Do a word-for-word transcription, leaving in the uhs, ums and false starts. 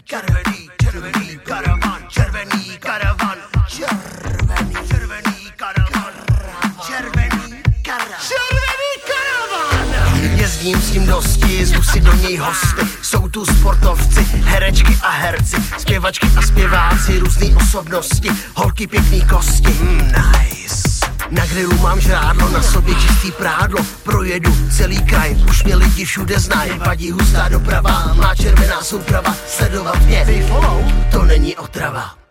červený, červený karavan, červený karavan, červený, červený karavan, červený karavan, červený karavan. Jezdím s tím dosti, zvu si do něj hosty. Jsou tu sportovci, herečky a herci, zpěvačky a zpěváci, různý osobnosti, holky pěkný kosti. Mm, nice. Na grilu mám žrádlo, na sobě čistý prádlo, projedu celý kraj, už mě lidi všude znají. Vadí hustá doprava, má červená souprava, sledovat mě, to není otrava.